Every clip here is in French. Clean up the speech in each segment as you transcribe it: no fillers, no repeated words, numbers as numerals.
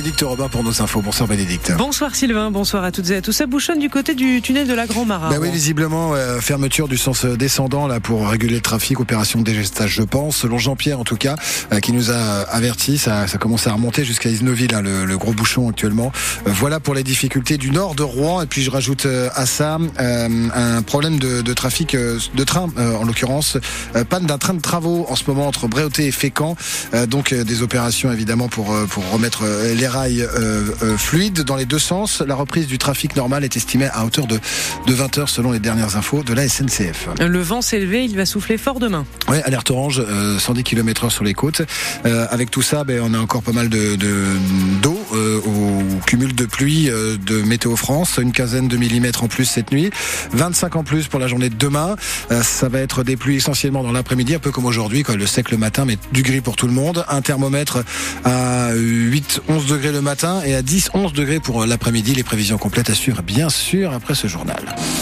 Bénédicte Robin pour nos infos. Bonsoir Bénédicte. Bonsoir Sylvain, bonsoir à toutes et à tous. Ça bouchonne du côté du tunnel de la Grand-Mare. Oui, visiblement, fermeture du sens descendant là pour réguler le trafic, opération de dégestage je pense. Selon Jean-Pierre en tout cas, qui nous a averti, ça commence à remonter jusqu'à Isneuville, le gros bouchon actuellement. Voilà pour les difficultés du nord de Rouen. Et puis je rajoute à ça un problème de trafic de train, en l'occurrence. Panne d'un train de travaux en ce moment entre Bréauté et Fécamp. Donc des opérations évidemment pour remettre les rails fluides dans les deux sens. La reprise du trafic normal est estimée à hauteur de 20 heures selon les dernières infos de la SNCF. Le vent s'est levé, il va souffler fort demain. Oui, alerte orange, 110 km/h sur les côtes. Avec tout ça, on a encore pas mal d'eau au cumul de pluie de Météo France. Une quinzaine de millimètres en plus cette nuit. 25 en plus pour la journée de demain. Ça va être des pluies essentiellement dans l'après-midi, un peu comme aujourd'hui, le sec le matin, mais du gris pour tout le monde. Un thermomètre à 8-11 degrés le matin et à 10-11 degrés pour l'après-midi. Les prévisions complètes à suivre, bien sûr, après ce journal.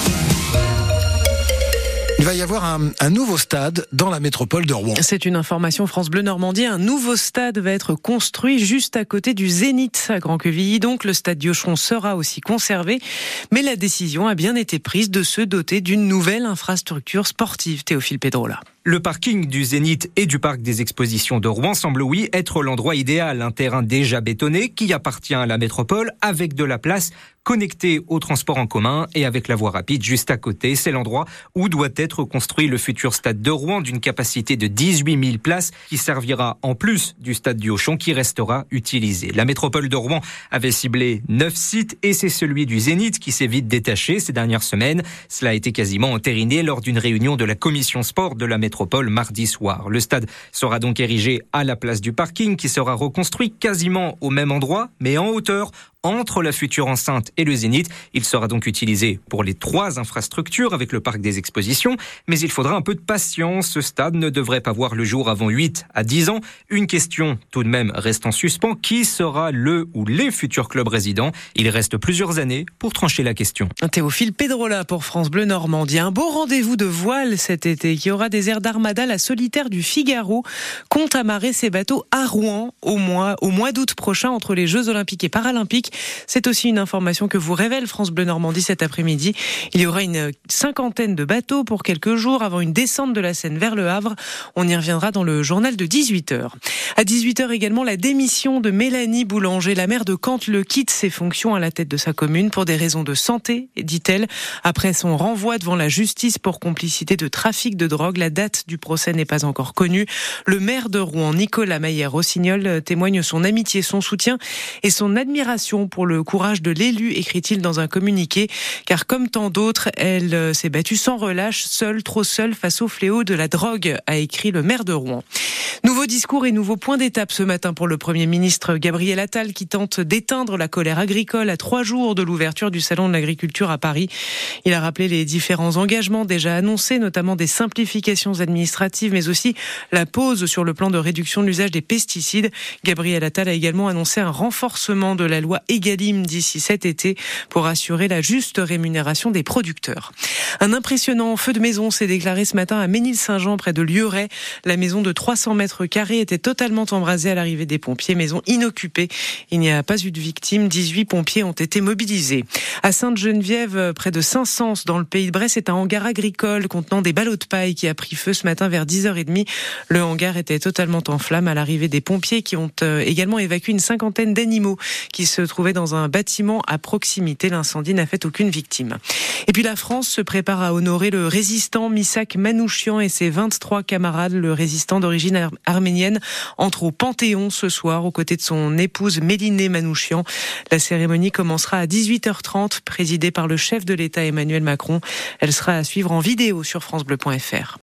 Il va y avoir un nouveau stade dans la métropole de Rouen. C'est une information France Bleu Normandie. Un nouveau stade va être construit juste à côté du Zénith à Grand-Quevilly. Donc le stade Diochon sera aussi conservé. Mais la décision a bien été prise de se doter d'une nouvelle infrastructure sportive. Théophile Pedrola. Le parking du Zénith et du parc des expositions de Rouen semble être l'endroit idéal. Un terrain déjà bétonné qui appartient à la métropole avec de la place connecté au transport en commun et avec la voie rapide juste à côté. C'est l'endroit où doit être construit le futur stade de Rouen d'une capacité de 18 000 places qui servira en plus du stade Diochon qui restera utilisé. La métropole de Rouen avait ciblé 9 sites et c'est celui du Zénith qui s'est vite détaché ces dernières semaines. Cela a été quasiment entériné lors d'une réunion de la commission sport de la métropole mardi soir. Le stade sera donc érigé à la place du parking qui sera reconstruit quasiment au même endroit mais en hauteur entre la future enceinte et le Zénith. Il sera donc utilisé pour les 3 infrastructures avec le parc des expositions, mais il faudra un peu de patience. Ce stade ne devrait pas voir le jour avant 8 à 10 ans. Une question tout de même reste en suspens. Qui sera le ou les futurs clubs résidents ? Il reste plusieurs années pour trancher la question. Théophile Pedrola pour France Bleu Normandie. Un beau rendez-vous de voile cet été qui aura des airs d'armada. La Solitaire du Figaro compte amarrer ses bateaux à Rouen au mois d'août prochain entre les Jeux Olympiques et Paralympiques. C'est aussi une information que vous révèle France Bleu Normandie cet après-midi. Il y aura une 50aine de bateaux pour quelques jours avant une descente de la Seine vers le Havre. On y reviendra dans le journal de 18h. À 18h également, la démission de Mélanie Boulanger. La maire de Canteleu quitte ses fonctions à la tête de sa commune pour des raisons de santé, dit-elle. Après son renvoi devant la justice pour complicité de trafic de drogue, la date du procès n'est pas encore connue. Le maire de Rouen, Nicolas Maillère-Rossignol, témoigne son amitié, son soutien et son admiration pour le courage de l'élu, écrit-il dans un communiqué, car comme tant d'autres, elle s'est battue sans relâche, seule, trop seule face au fléau de la drogue, a écrit le maire de Rouen. Nouveau discours et nouveau point d'étape ce matin pour le Premier ministre Gabriel Attal qui tente d'éteindre la colère agricole à 3 jours de l'ouverture du Salon de l'agriculture à Paris. Il a rappelé les différents engagements déjà annoncés, notamment des simplifications administratives, mais aussi la pause sur le plan de réduction de l'usage des pesticides. Gabriel Attal a également annoncé un renforcement de la loi Egalim d'ici cet été pour assurer la juste rémunération des producteurs. Un impressionnant feu de maison s'est déclaré ce matin à Ménil-Saint-Jean près de Lieuret. La maison de 300 mètres carrés était totalement embrasée à l'arrivée des pompiers, maison inoccupée. Il n'y a pas eu de victimes, 18 pompiers ont été mobilisés. À Sainte-Geneviève, près de Saint-Saëns, dans le pays de Bresse, c'est un hangar agricole contenant des ballots de paille qui a pris feu ce matin vers 10h30. Le hangar était totalement en flammes à l'arrivée des pompiers qui ont également évacué une 50aine d'animaux qui se trouvaient dans un bâtiment à proximité. L'incendie n'a fait aucune victime. Et puis la France se prépare à honorer le résistant Missak Manouchian et ses 23 camarades. Le résistant d'origine arménienne entre au Panthéon ce soir aux côtés de son épouse Mélinée Manouchian. La cérémonie commencera à 18h30, présidée par le chef de l'État Emmanuel Macron. Elle sera à suivre en vidéo sur francebleu.fr.